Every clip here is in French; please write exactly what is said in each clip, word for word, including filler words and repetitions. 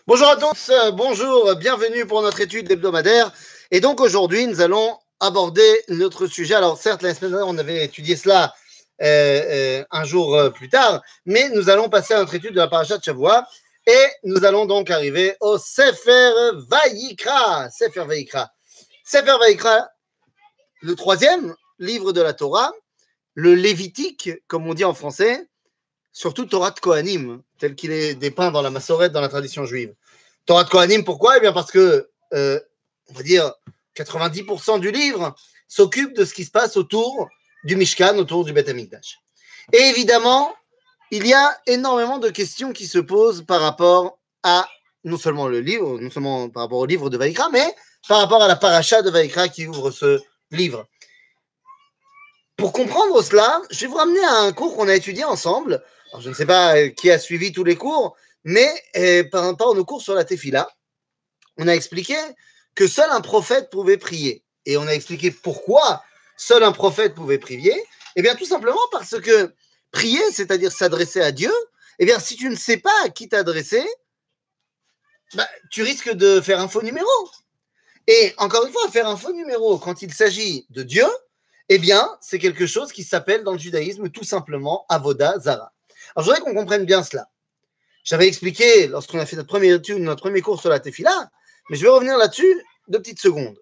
Bonjour à tous, euh, bonjour, bienvenue pour notre étude hebdomadaire. Et donc aujourd'hui, nous allons aborder notre sujet. Alors certes, la semaine dernière, on avait étudié cela euh, euh, un jour euh, plus tard, mais nous allons passer à notre étude de la paracha de Shavua et nous allons donc arriver au Sefer Vayikra. Sefer Vayikra. Sefer Vayikra, le troisième livre de la Torah, le Lévitique, comme on dit en français, surtout Torah de Kohanim, tel qu'il est dépeint dans la Massorette, dans la tradition juive. Torah de Kohanim, pourquoi? Eh bien parce que, euh, on va dire, quatre-vingt-dix pour cent du livre s'occupe de ce qui se passe autour du Mishkan, autour du Beth Amikdash. Et évidemment, il y a énormément de questions qui se posent par rapport à non seulement le livre, non seulement par rapport au livre de Vayikra, mais par rapport à la paracha de Vayikra qui ouvre ce livre. Pour comprendre cela, je vais vous ramener à un cours qu'on a étudié ensemble. Alors, je ne sais pas qui a suivi tous les cours, mais euh, par rapport à nos cours sur la Tefila, on a expliqué que seul un prophète pouvait prier. Et on a expliqué pourquoi seul un prophète pouvait prier. Eh bien, tout simplement parce que prier, c'est-à-dire s'adresser à Dieu, eh bien, si tu ne sais pas à qui t'adresser, bah, tu risques de faire un faux numéro. Et encore une fois, faire un faux numéro quand il s'agit de Dieu, eh bien, c'est quelque chose qui s'appelle dans le judaïsme tout simplement Avoda Zara. Alors, je voudrais qu'on comprenne bien cela. J'avais expliqué lorsqu'on a fait notre premier étude, notre premier cours sur la Tefila, mais je vais revenir là-dessus deux petites secondes.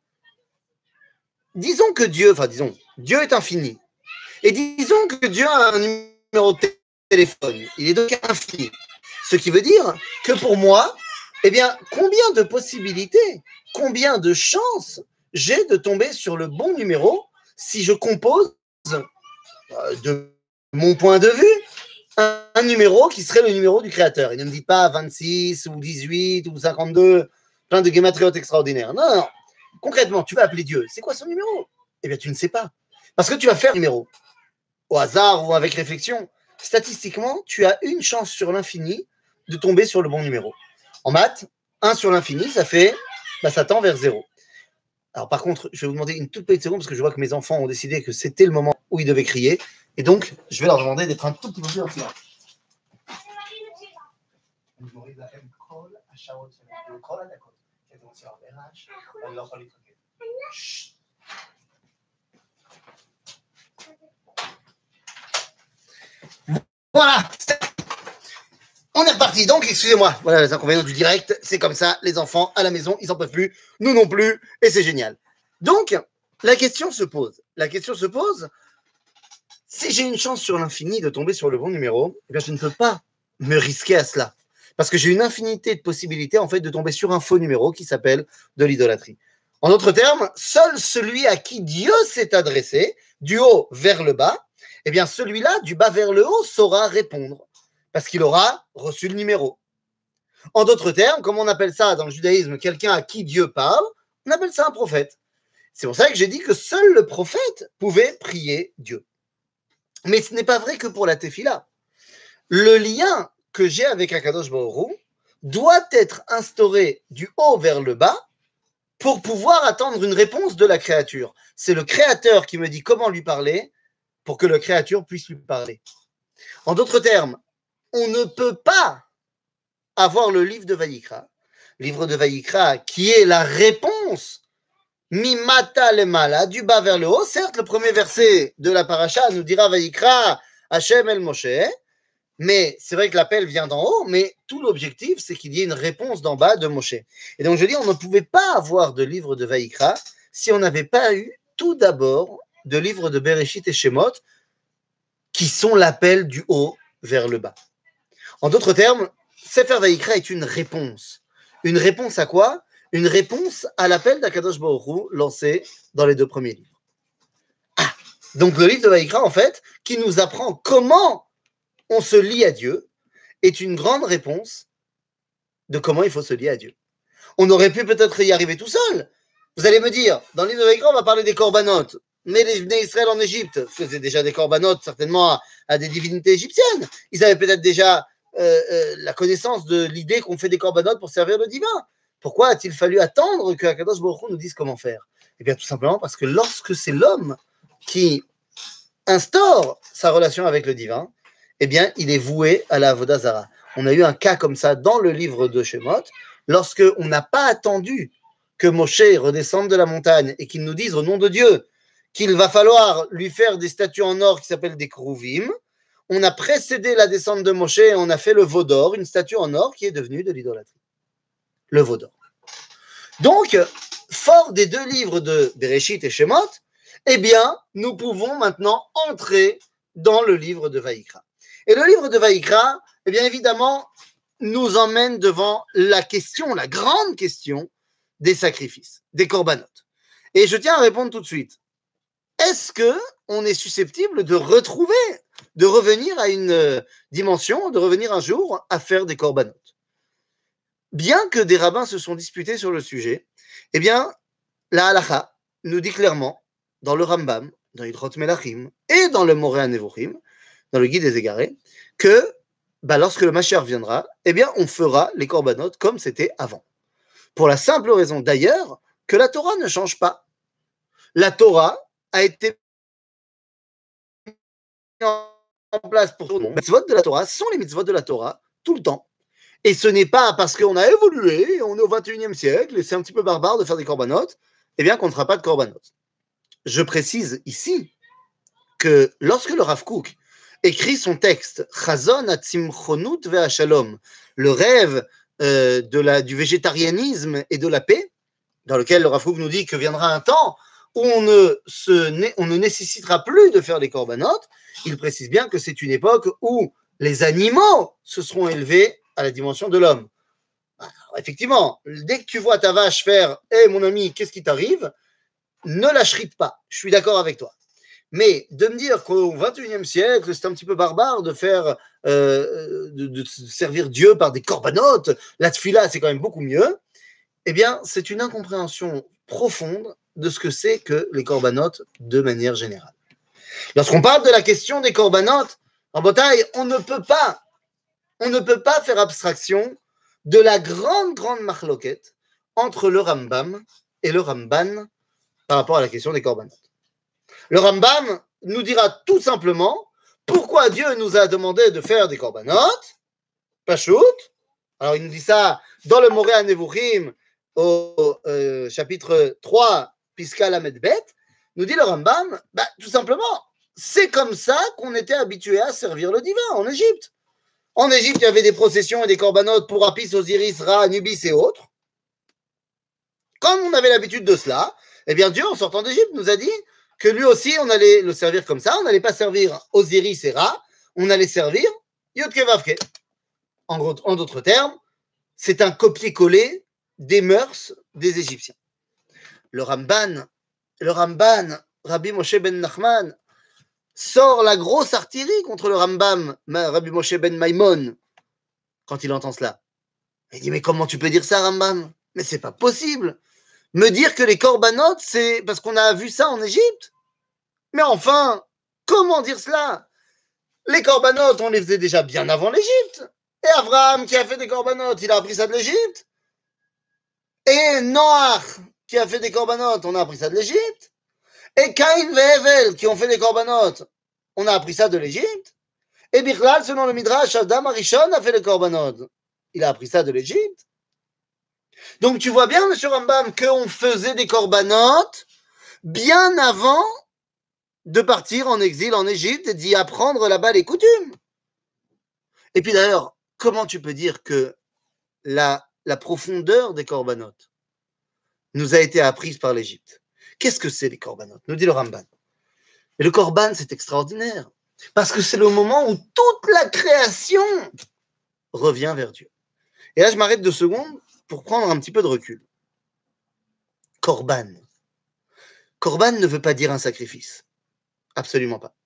Disons que Dieu, enfin disons, Dieu est infini. Et disons que Dieu a un numéro de téléphone. Il est donc infini. Ce qui veut dire que pour moi, eh bien, combien de possibilités, combien de chances j'ai de tomber sur le bon numéro si je compose, euh, de mon point de vue, un, un numéro qui serait le numéro du créateur. Et ne me dites pas vingt-six ou dix-huit ou cinquante-deux, plein de guématriotes extraordinaires. Non, non, non. Concrètement, tu vas appeler Dieu. C'est quoi son numéro? Eh bien, tu ne sais pas. Parce que tu vas faire un numéro au hasard ou avec réflexion. Statistiquement, tu as une chance sur l'infini de tomber sur le bon numéro. En maths, un sur l'infini, ça fait, bah, ça tend vers zéro. Alors par contre, je vais vous demander une toute petite seconde parce que je vois que mes enfants ont décidé que c'était le moment où ils devaient crier. Et donc, je vais leur demander d'être un tout petit peu plus en silence. Voilà, on est reparti. Donc, excusez-moi, voilà les inconvénients du direct, c'est comme ça, les enfants à la maison, ils n'en peuvent plus, nous non plus, et c'est génial. Donc, la question se pose. La question se pose, si j'ai une chance sur l'infini de tomber sur le bon numéro, eh bien, je ne peux pas me risquer à cela. Parce que j'ai une infinité de possibilités, en fait, de tomber sur un faux numéro qui s'appelle de l'idolâtrie. En d'autres termes, seul celui à qui Dieu s'est adressé, du haut vers le bas, eh bien, celui-là, du bas vers le haut, saura répondre. Parce qu'il aura reçu le numéro. En d'autres termes, comme on appelle ça dans le judaïsme, quelqu'un à qui Dieu parle, on appelle ça un prophète. C'est pour ça que j'ai dit que seul le prophète pouvait prier Dieu. Mais ce n'est pas vrai que pour la tefila. Le lien que j'ai avec Akadosh Baruch Hu doit être instauré du haut vers le bas pour pouvoir attendre une réponse de la créature. C'est le créateur qui me dit comment lui parler pour que la créature puisse lui parler. En d'autres termes, on ne peut pas avoir le livre de Vayikra, livre de Vayikra qui est la réponse Mimata lemala, du bas vers le haut. Certes, le premier verset de la paracha nous dira Vayikra Hashem el Moshe, mais c'est vrai que l'appel vient d'en haut, mais tout l'objectif, c'est qu'il y ait une réponse d'en bas de Moshe. Et donc je dis, on ne pouvait pas avoir de livre de Vayikra si on n'avait pas eu tout d'abord de livres de Bereshit et Shemot qui sont l'appel du haut vers le bas. En d'autres termes, Sefer Vayikra est une réponse. Une réponse à quoi? Une réponse à l'appel d'Akadosh Baruch Hu lancé dans les deux premiers livres. Ah, donc le livre de Vayikra, en fait, qui nous apprend comment on se lie à Dieu, est une grande réponse de comment il faut se lier à Dieu. On aurait pu peut-être y arriver tout seul. Vous allez me dire, dans le livre de Vayikra, on va parler des corbanotes. Mais les Bnei Israël en Égypte faisaient déjà des corbanotes, certainement à, à des divinités égyptiennes. Ils avaient peut-être déjà euh, euh, la connaissance de l'idée qu'on fait des corbanotes pour servir le divin. Pourquoi a-t-il fallu attendre que Akadosh Baruch Hu nous dise comment faire? Eh bien, tout simplement parce que lorsque c'est l'homme qui instaure sa relation avec le divin, eh bien, il est voué à la Avoda Zara. On a eu un cas comme ça dans le livre de Shemot, lorsque on n'a pas attendu que Moshe redescende de la montagne et qu'il nous dise au nom de Dieu qu'il va falloir lui faire des statues en or qui s'appellent des Kruvim. On a précédé la descente de Moshe et on a fait le veau d'or, une statue en or qui est devenue de l'idolâtrie. Le veau d'or. Donc, fort des deux livres de Bereshit et Shemot, eh bien, nous pouvons maintenant entrer dans le livre de Vaïkra. Et le livre de Vaïkra, eh bien, évidemment, nous emmène devant la question, la grande question des sacrifices, des corbanotes. Et je tiens à répondre tout de suite. Est-ce qu'on est susceptible de retrouver, de revenir à une dimension, de revenir un jour à faire des corbanotes? Bien que des rabbins se sont disputés sur le sujet, eh bien, la halakha nous dit clairement, dans le Rambam, dans Hidrot Melachim et dans le Moreh Nevuchim, dans le Guide des Égarés, que bah, lorsque le Mashiach viendra, eh bien, on fera les corbanotes comme c'était avant. Pour la simple raison d'ailleurs que la Torah ne change pas. La Torah a été mise en place pour tout le monde. Les mitzvot de la Torah sont les mitzvot de la Torah tout le temps. Et ce n'est pas parce qu'on a évolué, on est au vingt et unième siècle, et c'est un petit peu barbare de faire des corbanotes, eh bien qu'on ne fera pas de corbanotes. Je précise ici que lorsque le Rav Kook écrit son texte Chazon Hatzimchonut ve'Ashalom, le rêve euh, de la, du végétarianisme et de la paix, dans lequel le Rav Kook nous dit que viendra un temps où on ne, se, on ne nécessitera plus de faire les corbanotes, il précise bien que c'est une époque où les animaux se seront élevés à la dimension de l'homme. Alors, effectivement, dès que tu vois ta vache faire « Hé, mon ami, qu'est-ce qui t'arrive ?» ne la shrite pas, je suis d'accord avec toi. Mais de me dire qu'au vingt et unième siècle, c'est un petit peu barbare de faire, euh, de, de servir Dieu par des corbanotes, la tfila, c'est quand même beaucoup mieux, eh bien, c'est une incompréhension profonde de ce que c'est que les corbanotes de manière générale. Lorsqu'on parle de la question des corbanotes, en bataille, on ne peut pas, on ne peut pas faire abstraction de la grande, grande marloquette entre le Rambam et le Ramban par rapport à la question des corbanotes. Le Rambam nous dira tout simplement pourquoi Dieu nous a demandé de faire des corbanotes, Pachout. Alors il nous dit ça dans le Moreh Nevuchim au euh, chapitre trois, Piska Lamed Bet, nous dit le Rambam, bah, tout simplement, c'est comme ça qu'on était habitué à servir le divin en Égypte. En Égypte, il y avait des processions et des corbanotes pour Apis, Osiris, Ra, Anubis et autres. Comme on avait l'habitude de cela, eh bien Dieu, en sortant d'Égypte, nous a dit que lui aussi, on allait le servir comme ça. On n'allait pas servir Osiris et Ra, on allait servir Yodke Vavke. En, en d'autres termes, c'est un copier-coller des mœurs des Égyptiens. Le Ramban, le Ramban, Rabbi Moshe ben Nachman, sort la grosse artillerie contre le Rambam, Rabbi Moshe ben Maimon, quand il entend cela. Il dit, mais comment tu peux dire ça, Rambam? Mais c'est pas possible. Me dire que les corbanotes, c'est parce qu'on a vu ça en Égypte? Mais enfin, comment dire cela? Les corbanotes, on les faisait déjà bien avant l'Égypte. Et Abraham, qui a fait des corbanotes, il a appris ça de l'Égypte. Et Noach, qui a fait des corbanotes, on a appris ça de l'Égypte. Et Caïn et Hevel, qui ont fait des corbanotes, on a appris ça de l'Égypte. Et Bichlal, selon le Midrash, Adam Arishon a fait les corbanotes. Il a appris ça de l'Égypte. Donc tu vois bien, monsieur Rambam, qu'on faisait des corbanotes bien avant de partir en exil en Égypte et d'y apprendre là-bas les coutumes. Et puis d'ailleurs, comment tu peux dire que la, la profondeur des corbanotes nous a été apprise par l'Égypte? Qu'est-ce que c'est les corbanotes? Nous dit le Ramban. Et le corban, c'est extraordinaire, parce que c'est le moment où toute la création revient vers Dieu. Et là, je m'arrête deux secondes pour prendre un petit peu de recul. Corban. Corban ne veut pas dire un sacrifice. Absolument pas.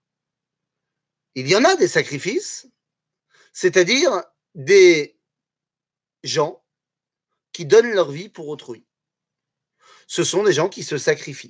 Il y en a des sacrifices, c'est-à-dire des gens qui donnent leur vie pour autrui. Ce sont des gens qui se sacrifient,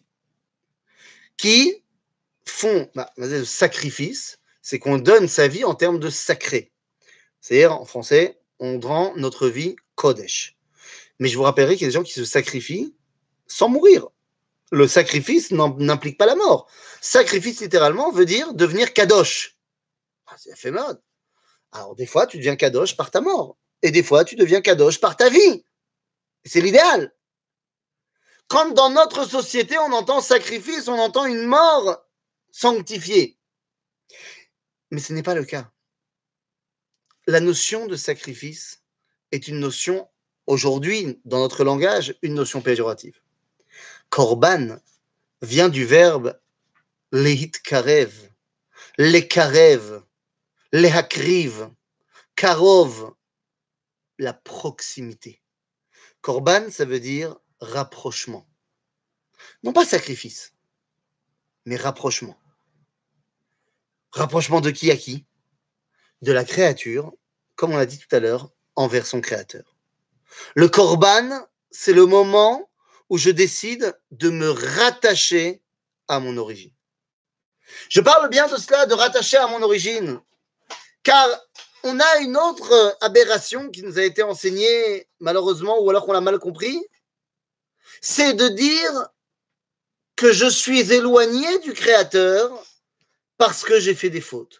qui font, bah, le sacrifice, c'est qu'on donne sa vie en termes de sacré. C'est-à-dire, en français, on rend notre vie Kodesh. Mais je vous rappellerai qu'il y a des gens qui se sacrifient sans mourir. Le sacrifice n'implique pas la mort. Sacrifice, littéralement, veut dire devenir Kadosh. Ah, c'est la fait mode. Alors, des fois, tu deviens kadosh par ta mort. Et des fois, tu deviens kadosh par ta vie. C'est l'idéal. Quand dans notre société, on entend sacrifice, on entend une mort sanctifiée. Mais ce n'est pas le cas. La notion de sacrifice est une notion, aujourd'hui, dans notre langage, une notion péjorative. Korban vient du verbe lehitkarev, lekarev, lehakriv, karov, la proximité. Korban, ça veut dire rapprochement. Non pas sacrifice, mais rapprochement. Rapprochement de qui à qui? De la créature, comme on l'a dit tout à l'heure, envers son créateur. Le korban, c'est le moment où je décide de me rattacher à mon origine. Je parle bien de cela, de rattacher à mon origine, car on a une autre aberration qui nous a été enseignée, malheureusement, ou alors qu'on l'a mal compris, c'est de dire que je suis éloigné du Créateur parce que j'ai fait des fautes.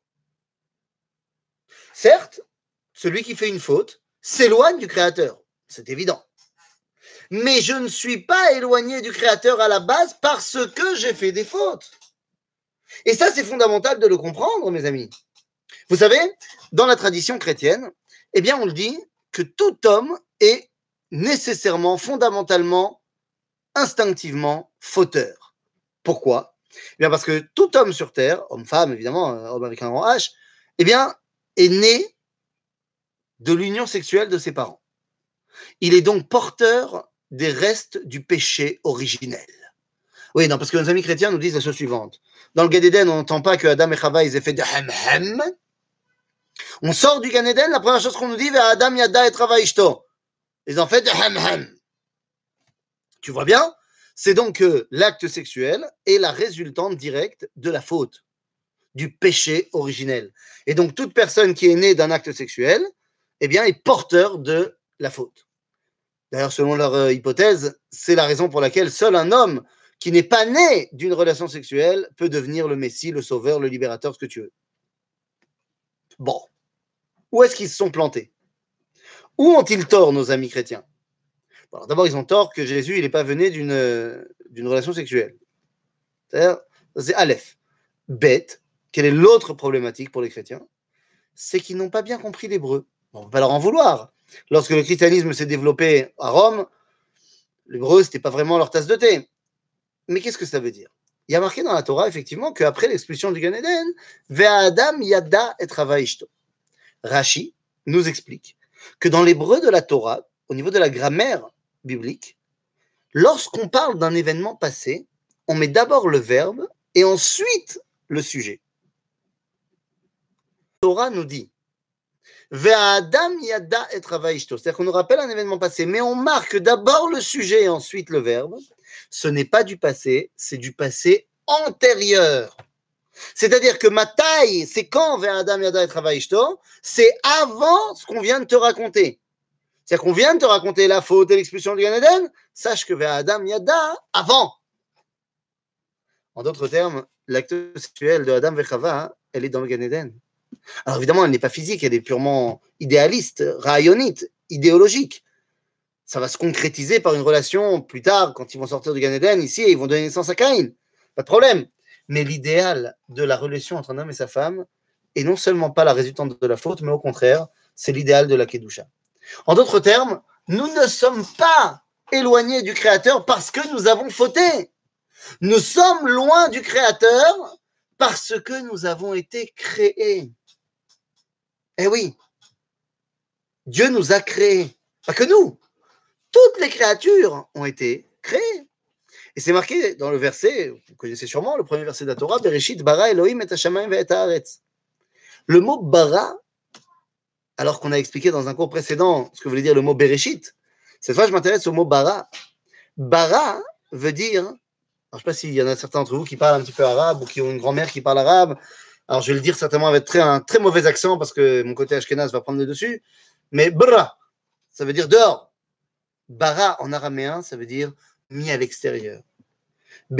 Certes, celui qui fait une faute s'éloigne du Créateur, c'est évident. Mais je ne suis pas éloigné du Créateur à la base parce que j'ai fait des fautes. Et ça, c'est fondamental de le comprendre, mes amis. Vous savez, dans la tradition chrétienne, eh bien, on le dit que tout homme est nécessairement, fondamentalement, instinctivement fauteur. Pourquoi? Eh bien, parce que tout homme sur Terre, homme-femme, évidemment, homme avec un grand H, eh bien, est né de l'union sexuelle de ses parents. Il est donc porteur des restes du péché originel. Oui, non, parce que nos amis chrétiens nous disent la chose suivante. Dans le Gan Eden, on n'entend pas que Adam et Chava, ils aient fait de hem-hem. On sort du Gan Eden, la première chose qu'on nous dit, vers Adam, Yada et Chava Ishto. Ils ont fait de hem-hem. Tu vois bien? C'est donc que l'acte sexuel est la résultante directe de la faute, du péché originel. Et donc, toute personne qui est née d'un acte sexuel, eh bien, est porteur de la faute. D'ailleurs, selon leur euh, hypothèse, c'est la raison pour laquelle seul un homme qui n'est pas né d'une relation sexuelle peut devenir le Messie, le Sauveur, le Libérateur, ce que tu veux. Bon. Où est-ce qu'ils se sont plantés? Où ont-ils tort, nos amis chrétiens? Bon, d'abord, ils ont tort que Jésus il n'est pas venu d'une, d'une relation sexuelle. C'est-à-dire, c'est Aleph. Bête, quelle est l'autre problématique pour les chrétiens? C'est qu'ils n'ont pas bien compris l'hébreu. On ne peut pas leur en vouloir. Lorsque le christianisme s'est développé à Rome, l'hébreu, ce n'était pas vraiment leur tasse de thé. Mais qu'est-ce que ça veut dire? Il y a marqué dans la Torah, effectivement, qu'après l'expulsion du Gan Eden, Ve'adam yada et chava ishto. Rashi nous explique que dans l'hébreu de la Torah, au niveau de la grammaire biblique, lorsqu'on parle d'un événement passé, on met d'abord le verbe et ensuite le sujet. La Torah nous dit Ve'adam yada et chava ishto. C'est-à-dire qu'on nous rappelle un événement passé, mais on marque d'abord le sujet et ensuite le verbe. Ce n'est pas du passé, c'est du passé antérieur. C'est-à-dire que ma taille, c'est quand vers Adam Yada et Chava Ishto, c'est avant ce qu'on vient de te raconter. C'est-à-dire qu'on vient de te raconter la faute et l'expulsion du Gan Eden, sache que vers Adam Yada, avant. En d'autres termes, l'acte sexuel de Adam et Chava, elle est dans le Gan Eden. Alors évidemment, elle n'est pas physique, elle est purement idéaliste, rayonnite, idéologique. Ça va se concrétiser par une relation plus tard, quand ils vont sortir du Gan Eden, ici, et ils vont donner naissance à Caïn. Pas de problème. Mais l'idéal de la relation entre un homme et sa femme est non seulement pas la résultante de la faute, mais au contraire, c'est l'idéal de la Kedusha. En d'autres termes, nous ne sommes pas éloignés du Créateur parce que nous avons fauté. Nous sommes loin du Créateur parce que nous avons été créés. Eh oui, Dieu nous a créés, pas que nous. Toutes les créatures ont été créées. Et c'est marqué dans le verset, vous connaissez sûrement le premier verset de la Torah, Bereshit bara Elohim et hashamayim ve'et haaretz. Le mot bara, alors qu'on a expliqué dans un cours précédent ce que voulait dire le mot Bereshit, cette fois je m'intéresse au mot bara. Bara veut dire, alors je ne sais pas s'il y en a certains d'entre vous qui parlent un petit peu arabe ou qui ont une grand-mère qui parle arabe, alors je vais le dire certainement avec très, un très mauvais accent parce que mon côté ashkénaze va prendre le dessus, mais bara, ça veut dire dehors. Bara en araméen, ça veut dire mis à l'extérieur.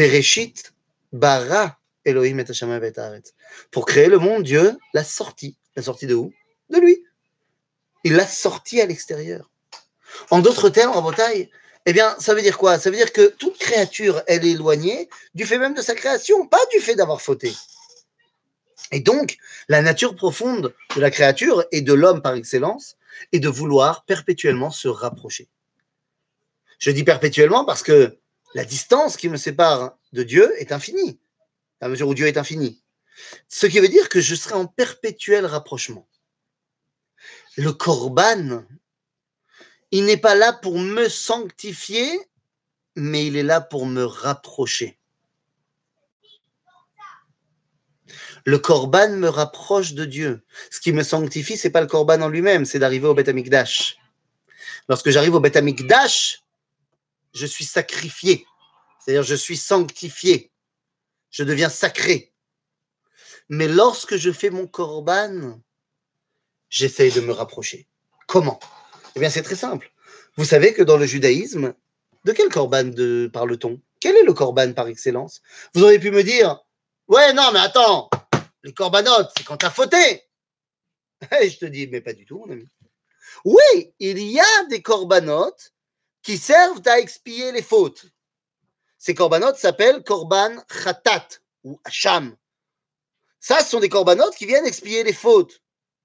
Bereshit, bara Elohim et hashamayim ve'et haaretz. Pour créer le monde, Dieu l'a sorti l'a sorti de où? De lui. Il l'a sorti à l'extérieur. En d'autres termes, en Bretagne, eh bien, ça veut dire quoi? Ça veut dire que toute créature, elle est éloignée du fait même de sa création, pas du fait d'avoir fauté. Et donc, la nature profonde de la créature et de l'homme par excellence est de vouloir perpétuellement se rapprocher. Je dis perpétuellement parce que la distance qui me sépare de Dieu est infinie, à mesure où Dieu est infini. Ce qui veut dire que je serai en perpétuel rapprochement. Le korban, il n'est pas là pour me sanctifier, mais il est là pour me rapprocher. Le korban me rapproche de Dieu. Ce qui me sanctifie, c'est pas le korban en lui-même, c'est d'arriver au Beth Amikdash. Lorsque j'arrive au Beth Amikdash, je suis sacrifié, c'est-à-dire je suis sanctifié, je deviens sacré. Mais lorsque je fais mon korban, j'essaye de me rapprocher. Comment? Eh bien, c'est très simple. Vous savez que dans le judaïsme, de quel korban de parle-t-on? Quel est le korban par excellence? Vous auriez pu me dire, ouais, non, mais attends, les corbanotes, c'est quand t'as fauté. Et je te dis, mais pas du tout, mon ami. Oui, il y a des corbanotes qui servent à expier les fautes. Ces corbanotes s'appellent korban khatat ou hacham. Ça, ce sont des corbanotes qui viennent expier les fautes.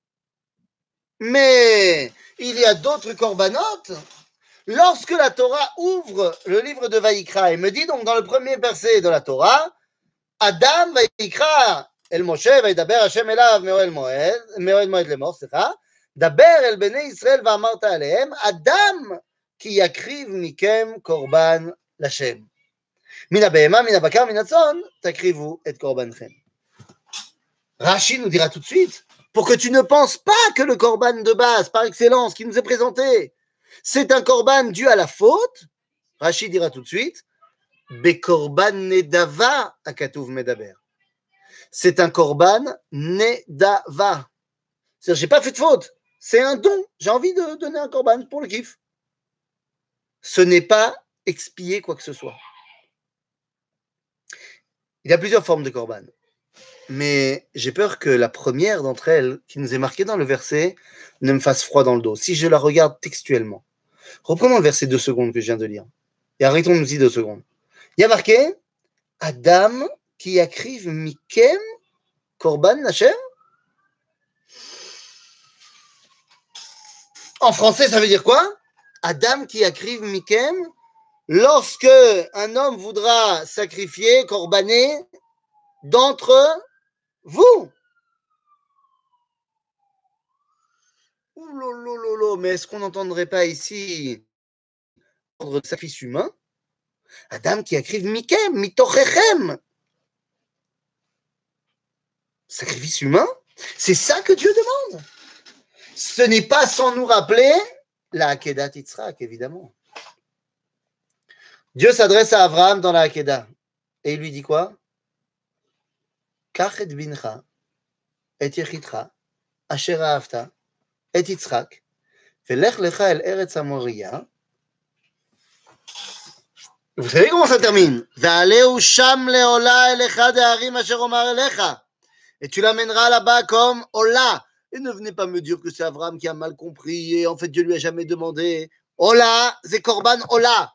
Mais il y a d'autres corbanotes. Lorsque la Torah ouvre le livre de Vaïkra et me dit donc dans le premier verset de la Torah, Adam Vaïkra el Moshe Vaïdaber Hashem elav me'oel moed me'oel moed lemor, סליחה, דבר אל בני ישראל ואמרת עליהם, אדם כי יקריב מכם קורבן לשם. מן הבהמה, מן הבקר, מן הצאן, תקריבו את קורבנכם. Rashi nous dira tout de suite, pour que tu ne penses pas que le korban de base, par excellence, qui nous est présenté, c'est un korban dû à la faute, Rashi dira tout de suite, Bekorban nedava akatuv medaber. C'est un korban nedava. C'est-à-dire, j'ai pas fait de faute, c'est un don, j'ai envie de donner un korban pour le kiff. Ce n'est pas expier quoi que ce soit. Il y a plusieurs formes de korban. Mais j'ai peur que la première d'entre elles, qui nous est marquée dans le verset, ne me fasse froid dans le dos. Si je la regarde textuellement. Reprenons le verset deux secondes que je viens de lire. Et arrêtons-nous-y deux secondes. Il y a marqué Adam qui akriv mikem korban Hashem. En français, ça veut dire quoi? Adam qui akriv mikem, lorsque un homme voudra sacrifier, korbaner, d'entre vous. Ouh lolo, mais est-ce qu'on n'entendrait pas ici ordre de sacrifice humain? Adam qui akriv mikem, mitochechem. Sacrifice humain? C'est ça que Dieu demande. Ce n'est pas sans nous rappeler la Hakedat Yitzhak, évidemment. Dieu s'adresse à Abraham dans la Hakedah et il lui dit quoi? Kach et bincha, et yechidcha, asher ahavta, et Yitzhak, velech lecha el eretz Amoria. Vous savez comment ça termine? Ve'aleu sham leola elecha de'arim asher omar elecha. Et tu l'amèneras là-bas comme Ola. Et ne venez pas me dire que c'est Abraham qui a mal compris et en fait Dieu lui a jamais demandé. Ola, c'est Korban Ola.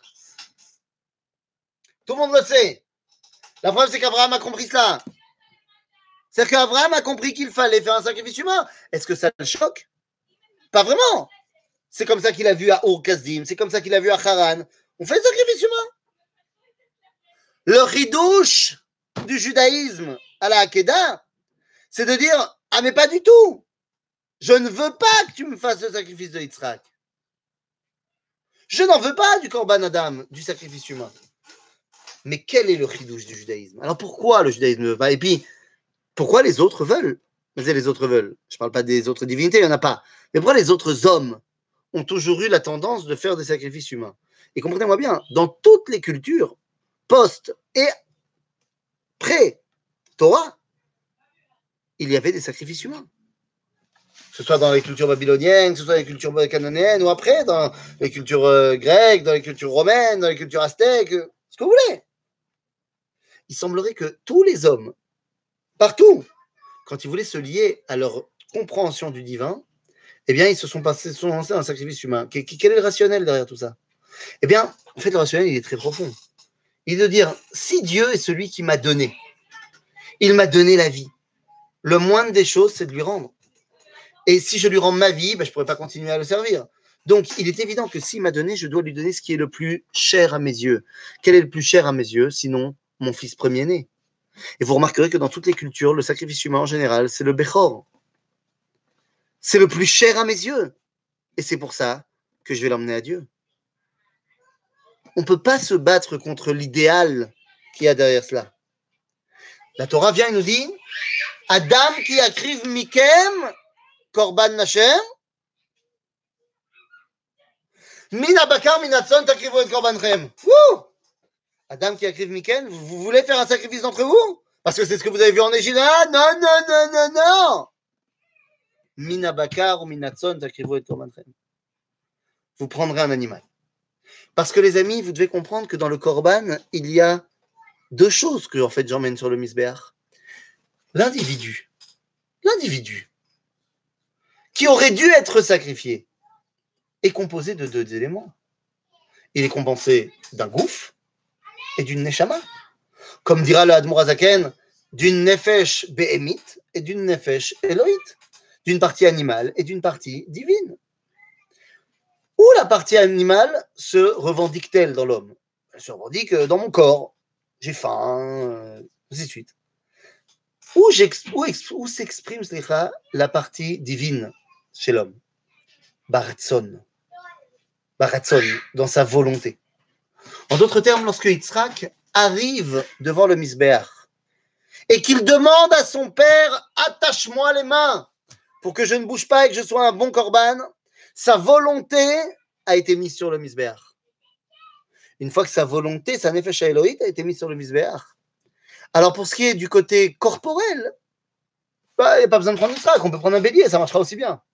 Tout le monde le sait. La preuve, c'est qu'Abraham a compris cela. C'est-à-dire qu'Abraham a compris qu'il fallait faire un sacrifice humain. Est-ce que ça le choque? Pas vraiment. C'est comme ça qu'il a vu à Ur Kasdim, c'est comme ça qu'il a vu à Haran. On fait le sacrifice humain. Le ridouche du judaïsme à la Hakedah, c'est de dire, ah mais pas du tout. Je ne veux pas que tu me fasses le sacrifice de Yitzhak. Je n'en veux pas du Korban Adam, du sacrifice humain. Mais quel est le chidouche du judaïsme? Alors pourquoi le judaïsme ne veut pas? Et puis, pourquoi les autres veulent? Les autres veulent. Je ne parle pas des autres divinités, il n'y en a pas. Mais pourquoi les autres hommes ont toujours eu la tendance de faire des sacrifices humains? Et comprenez-moi bien, dans toutes les cultures, post et pré-Torah, il y avait des sacrifices humains. Que ce soit dans les cultures babyloniennes, que ce soit dans les cultures cananéennes ou après, dans les cultures euh, grecques, dans les cultures romaines, dans les cultures aztèques, ce que vous voulez. Il semblerait que tous les hommes, partout, quand ils voulaient se lier à leur compréhension du divin, eh bien, ils se sont passés, sont lancés dans un sacrifice humain. Quel est le rationnel derrière tout ça? Eh bien, en fait, le rationnel, il est très profond. Il est de dire, si Dieu est celui qui m'a donné, il m'a donné la vie, le moindre des choses, c'est de lui rendre. Et si je lui rends ma vie, ben, je ne pourrais pas continuer à le servir. Donc, il est évident que s'il m'a donné, je dois lui donner ce qui est le plus cher à mes yeux. Quel est le plus cher à mes yeux, sinon mon fils premier-né? Et vous remarquerez que dans toutes les cultures, le sacrifice humain en général, c'est le Bechor. C'est le plus cher à mes yeux. Et c'est pour ça que je vais l'emmener à Dieu. On ne peut pas se battre contre l'idéal qu'il y a derrière cela. La Torah vient et nous dit Adam qui akriv mikem korban nashem min abakar min atzon takrivu et korbanchem. Adam qui akriv mikem, vous voulez faire un sacrifice d'entre vous? Parce que c'est ce que vous avez vu en Égypte. Ah non, non, non, non, non. Min abakar ou min atzon takrivu et korbanchem. Vous prendrez un animal. Parce que les amis, vous devez comprendre que dans le korban, il y a deux choses que en fait j'emmène sur le misbéach. L'individu, l'individu qui aurait dû être sacrifié est composé de deux éléments. Il est compensé d'un gouffre et d'une neshama. Comme dira le Admor Hazaken, d'une nefesh behémit et d'une nefesh éloïte, d'une partie animale et d'une partie divine. Où la partie animale se revendique-t-elle dans l'homme? Elle se revendique dans mon corps. J'ai faim, euh, ainsi de suite. Où, où, où s'exprime la partie divine chez l'homme? Baratson. Baratson, dans sa volonté. En d'autres termes, lorsque Yitzhak arrive devant le misbéach et qu'il demande à son père « Attache-moi les mains pour que je ne bouge pas et que je sois un bon korban », sa volonté a été mise sur le misbéach. Une fois que sa volonté, sa nefesh haéloïte a été mise sur le misbéach. Alors pour ce qui est du côté corporel, bah, il n'y a pas besoin de prendre Yitzhak, on peut prendre un bélier, ça marchera aussi bien.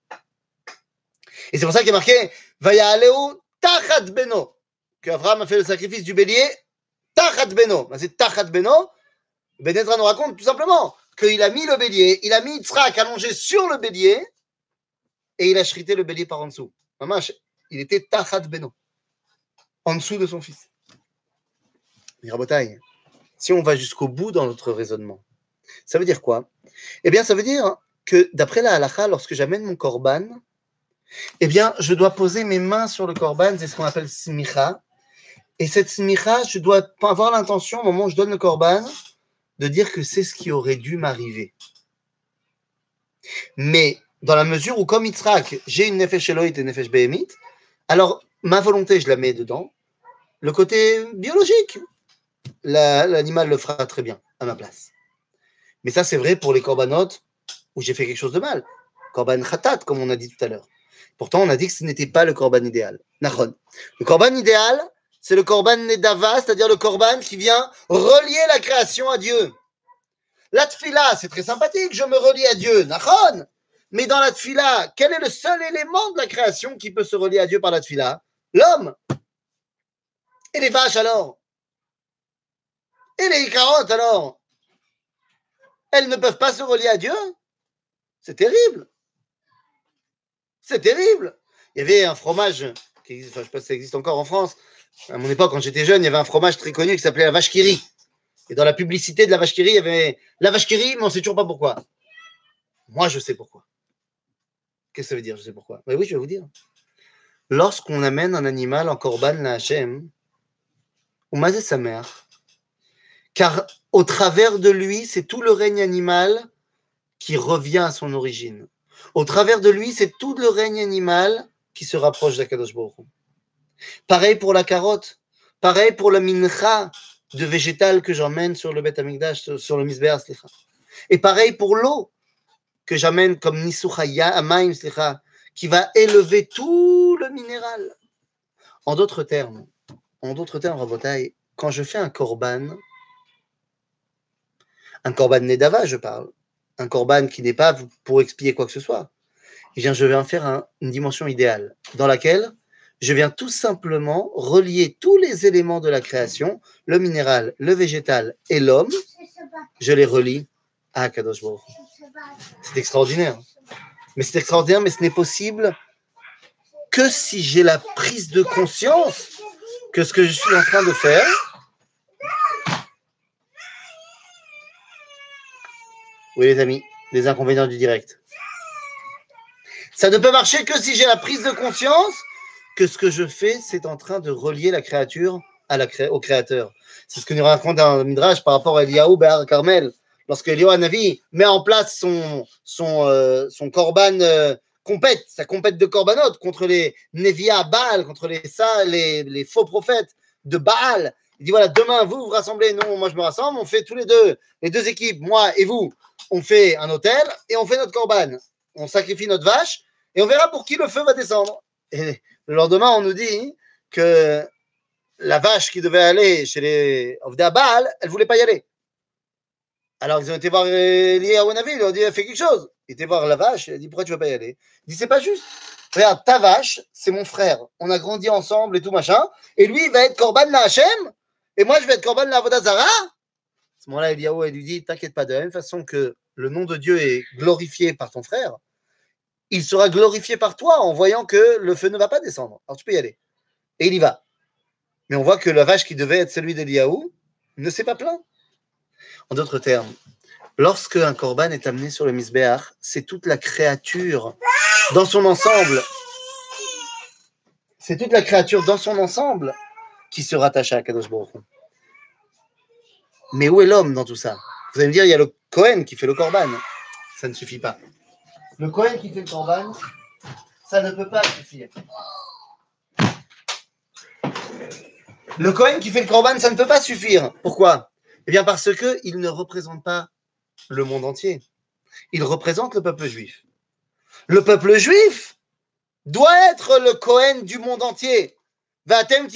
Et c'est pour ça qu'il est marqué « Vaya'aleu tachat beno » qu'Abraham a fait le sacrifice du bélier tachat beno. C'est tachat beno. Ben Ezra nous raconte tout simplement qu'il a mis le bélier, il a mis Yitzhak allongé sur le bélier et il a shrité le bélier par en dessous. Mamash, il était tachat beno, en dessous de son fils. Mais Rabotai, si on va jusqu'au bout dans notre raisonnement, ça veut dire quoi? Eh bien, ça veut dire que d'après la halakha, lorsque j'amène mon korban, eh bien, je dois poser mes mains sur le korban, c'est ce qu'on appelle smicha. Et cette smicha, je dois avoir l'intention, au moment où je donne le korban, de dire que c'est ce qui aurait dû m'arriver. Mais dans la mesure où, comme Yitzhak, j'ai une nefesh éloïte et une nefesh béhémit, alors ma volonté, je la mets dedans. Le côté biologique, la, l'animal le fera très bien à ma place. Mais ça, c'est vrai pour les corbanotes où j'ai fait quelque chose de mal. Korban khatat, comme on a dit tout à l'heure. Pourtant, on a dit que ce n'était pas le korban idéal. Nachon. Le korban idéal, c'est le korban nedava, c'est-à-dire le korban qui vient relier la création à Dieu. La tfila, c'est très sympathique, je me relie à Dieu. Nachon. Mais dans la tfila, quel est le seul élément de la création qui peut se relier à Dieu par la tfila? L'homme. Et les vaches alors? Et les carottes alors? Elles ne peuvent pas se relier à Dieu? C'est terrible. C'est terrible. Il y avait un fromage, qui existe, enfin, je ne sais pas si ça existe encore en France. À mon époque, quand j'étais jeune, il y avait un fromage très connu qui s'appelait la vache qui rit. Et dans la publicité de la vache qui rit, il y avait la vache qui rit, mais on ne sait toujours pas pourquoi. Moi, je sais pourquoi. Qu'est-ce que ça veut dire? Je sais pourquoi. Mais oui, je vais vous dire. Lorsqu'on amène un animal en korban la Hachem, on mazé sa mère. Car au travers de lui, c'est tout le règne animal qui revient à son origine. Au travers de lui, c'est tout le règne animal qui se rapproche d'Akadosh Baruch Hu. Pareil pour la carotte, pareil pour le mincha de végétal que j'emmène sur le Beth Amikdash, sur le misbéach, et pareil pour l'eau que j'amène comme nisuchaya amaim, qui va élever tout le minéral. En d'autres termes, en d'autres termes, Rabotai, quand je fais un korban, un korban nedava, je parle, un korban qui n'est pas pour expier quoi que ce soit, eh bien, je vais en faire un, une dimension idéale dans laquelle je viens tout simplement relier tous les éléments de la création, le minéral, le végétal et l'homme, je les relie à Akadosh Baruch Hu. C'est extraordinaire. Mais c'est extraordinaire, mais ce n'est possible que si j'ai la prise de conscience que ce que je suis en train de faire, oui les amis, les inconvénients du direct. Ça ne peut marcher que si j'ai la prise de conscience que ce que je fais, c'est en train de relier la créature à la cré... au créateur. C'est ce que nous raconte un Midrash par rapport à Eliyahu Behar Carmel. Lorsque Eliyahu Hanavi met en place son, son, euh, son korban euh, compète, sa compète de korbanot contre les Neviah Baal, contre les, ça, les, les faux prophètes de Baal. Il dit voilà, demain, vous vous rassemblez, non, moi je me rassemble, on fait tous les deux, les deux équipes, moi et vous, on fait un hôtel et on fait notre korban. On sacrifie notre vache et on verra pour qui le feu va descendre. Et le lendemain, on nous dit que la vache qui devait aller chez les Ovda Baal, elle ne voulait pas y aller. Alors, ils ont été voir Eliyahu Hanavi, ils lui ont dit, fais quelque chose. Il était voir la vache, il a dit, pourquoi tu ne veux pas y aller? Il dit, c'est pas juste. Regarde, ta vache, c'est mon frère. On a grandi ensemble et tout machin. Et lui, il va être Korban la Hachem. Et moi, je vais être Korban la Avodah Zarah. À ce moment-là, Eliyahu, elle lui dit, t'inquiète pas, de la même façon que le nom de Dieu est glorifié par ton frère, il sera glorifié par toi en voyant que le feu ne va pas descendre. Alors, tu peux y aller. Et il y va. Mais on voit que la vache qui devait être celui d'Eliyahu ne s'est pas plaint. En d'autres termes, lorsque un korban est amené sur le misbéach, c'est toute la créature dans son ensemble. C'est toute la créature dans son ensemble qui se rattache à Kadosh Baruch Hu. Mais où est l'homme dans tout ça? Vous allez me dire, il y a le Kohen qui fait le korban. Ça ne suffit pas. Le Kohen qui fait le korban, ça ne peut pas suffire. Le Kohen qui fait le korban, ça ne peut pas suffire. Pourquoi? Eh bien parce qu'il ne représente pas le monde entier. Il représente le peuple juif. Le peuple juif doit être le Kohen du monde entier. Vous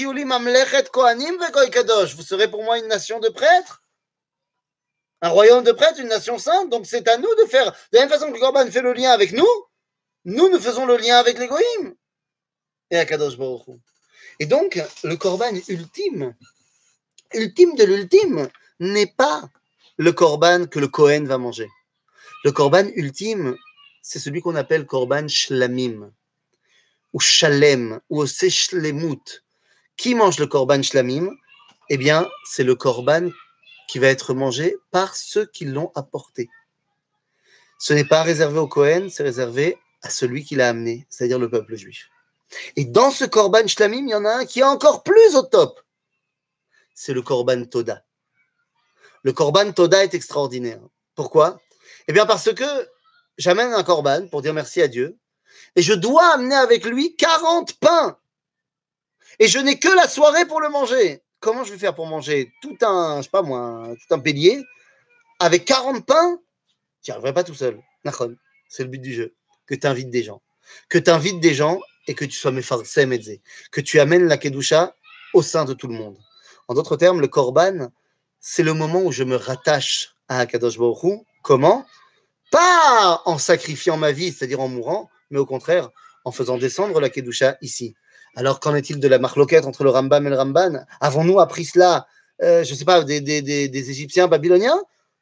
serez pour moi une nation de prêtres, un royaume de prêtres, une nation sainte. Donc c'est à nous de faire, de la même façon que le korban fait le lien avec nous, nous, nous faisons le lien avec les goïms et à Kadosh Baruch Hu. Et donc, le korban ultime, ultime de l'ultime, n'est pas le korban que le Kohen va manger. Le korban ultime, c'est celui qu'on appelle korban shlamim, ou shalem, ou osé shlemut. Qui mange le korban shlamim? Eh bien, c'est le korban qui va être mangé par ceux qui l'ont apporté. Ce n'est pas réservé au Kohen, c'est réservé à celui qui l'a amené, c'est-à-dire le peuple juif. Et dans ce korban shlamim, il y en a un qui est encore plus au top. C'est le korban toda. Le korban toda est extraordinaire. Pourquoi? Eh bien parce que j'amène un korban pour dire merci à Dieu et je dois amener avec lui quarante pains. Et je n'ai que la soirée pour le manger. Comment je vais faire pour manger tout un, je sais pas moi, tout un bélier avec quarante pains? Tu n'y arriverais pas tout seul. C'est le but du jeu. Que tu invites des gens. Que tu invites des gens et que tu sois mefarsem etzé. Que tu amènes la kedusha au sein de tout le monde. En d'autres termes, le korban, c'est le moment où je me rattache à Akadosh Baruch Hu. Comment? Pas en sacrifiant ma vie, c'est-à-dire en mourant, mais au contraire, en faisant descendre la kedusha ici. Alors, qu'en est-il de la marloquette entre le Rambam et le Ramban? Avons-nous appris cela, euh, je ne sais pas, des, des, des, des Égyptiens babyloniens?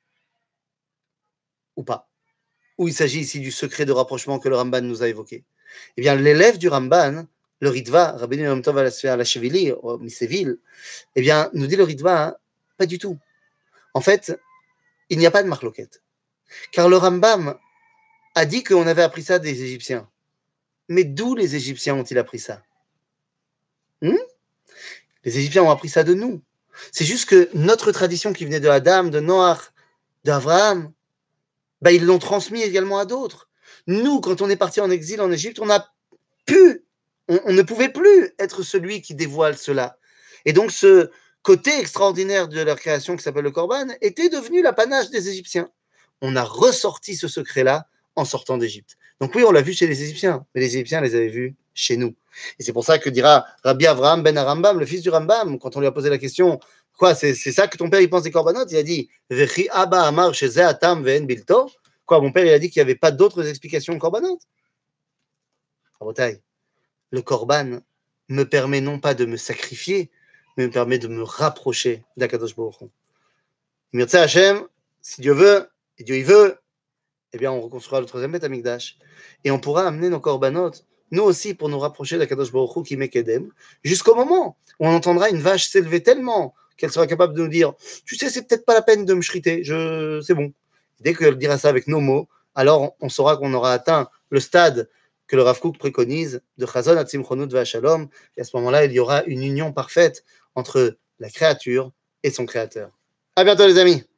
Ou pas? Ou il s'agit ici du secret de rapprochement que le Ramban nous a évoqué? Eh bien, l'élève du Ramban, le Ritva, Rabbeinu Yom Tov Alashvili, Miséville, eh bien, nous dit le Ritva, hein, pas du tout. En fait, il n'y a pas de marloquette. Car le Rambam a dit qu'on avait appris ça des Égyptiens. Mais d'où les Égyptiens ont-ils appris ça? hmm Les Égyptiens ont appris ça de nous. C'est juste que notre tradition qui venait de Adam, de Noach, d'Abraham, bah, ils l'ont transmis également à d'autres. Nous, quand on est parti en exil en Égypte, on a pu, on, on ne pouvait plus être celui qui dévoile cela. Et donc, ce côté extraordinaire de leur création qui s'appelle le Corban était devenu l'apanage des Égyptiens. On a ressorti ce secret-là en sortant d'Égypte. Donc oui, on l'a vu chez les Égyptiens, mais les Égyptiens les avaient vus chez nous. Et c'est pour ça que dira Rabbi Avraham ben Arambam, le fils du Rambam, quand on lui a posé la question, quoi, c'est, c'est ça que ton père il pense des corbanotes? Il a dit Vechi Abba Amar Sheze Atam Ve'en Bilto. Quoi, mon père il a dit qu'il n'y avait pas d'autres explications aux corbanotes. Le korban me permet non pas de me sacrifier, mais me permet de me rapprocher d'Akadosh Baruch Hu. Mirza Hashem, si Dieu veut, et Dieu il veut, eh bien, on reconstruira le troisième Beth Amikdash. Et on pourra amener nos corbanotes, nous aussi, pour nous rapprocher d'Akadosh Baruch Hu qui Mekedem, jusqu'au moment où on entendra une vache s'élever tellement qu'elle sera capable de nous dire tu sais, c'est peut-être pas la peine de me shriter, je... c'est bon. Dès qu'elle dira ça avec nos mots, alors on saura qu'on aura atteint le stade que le Rav Kook préconise de Chazon Atzimchonut V'Shalom. Et à ce moment-là, il y aura une union parfaite entre la créature et son créateur. À bientôt, les amis!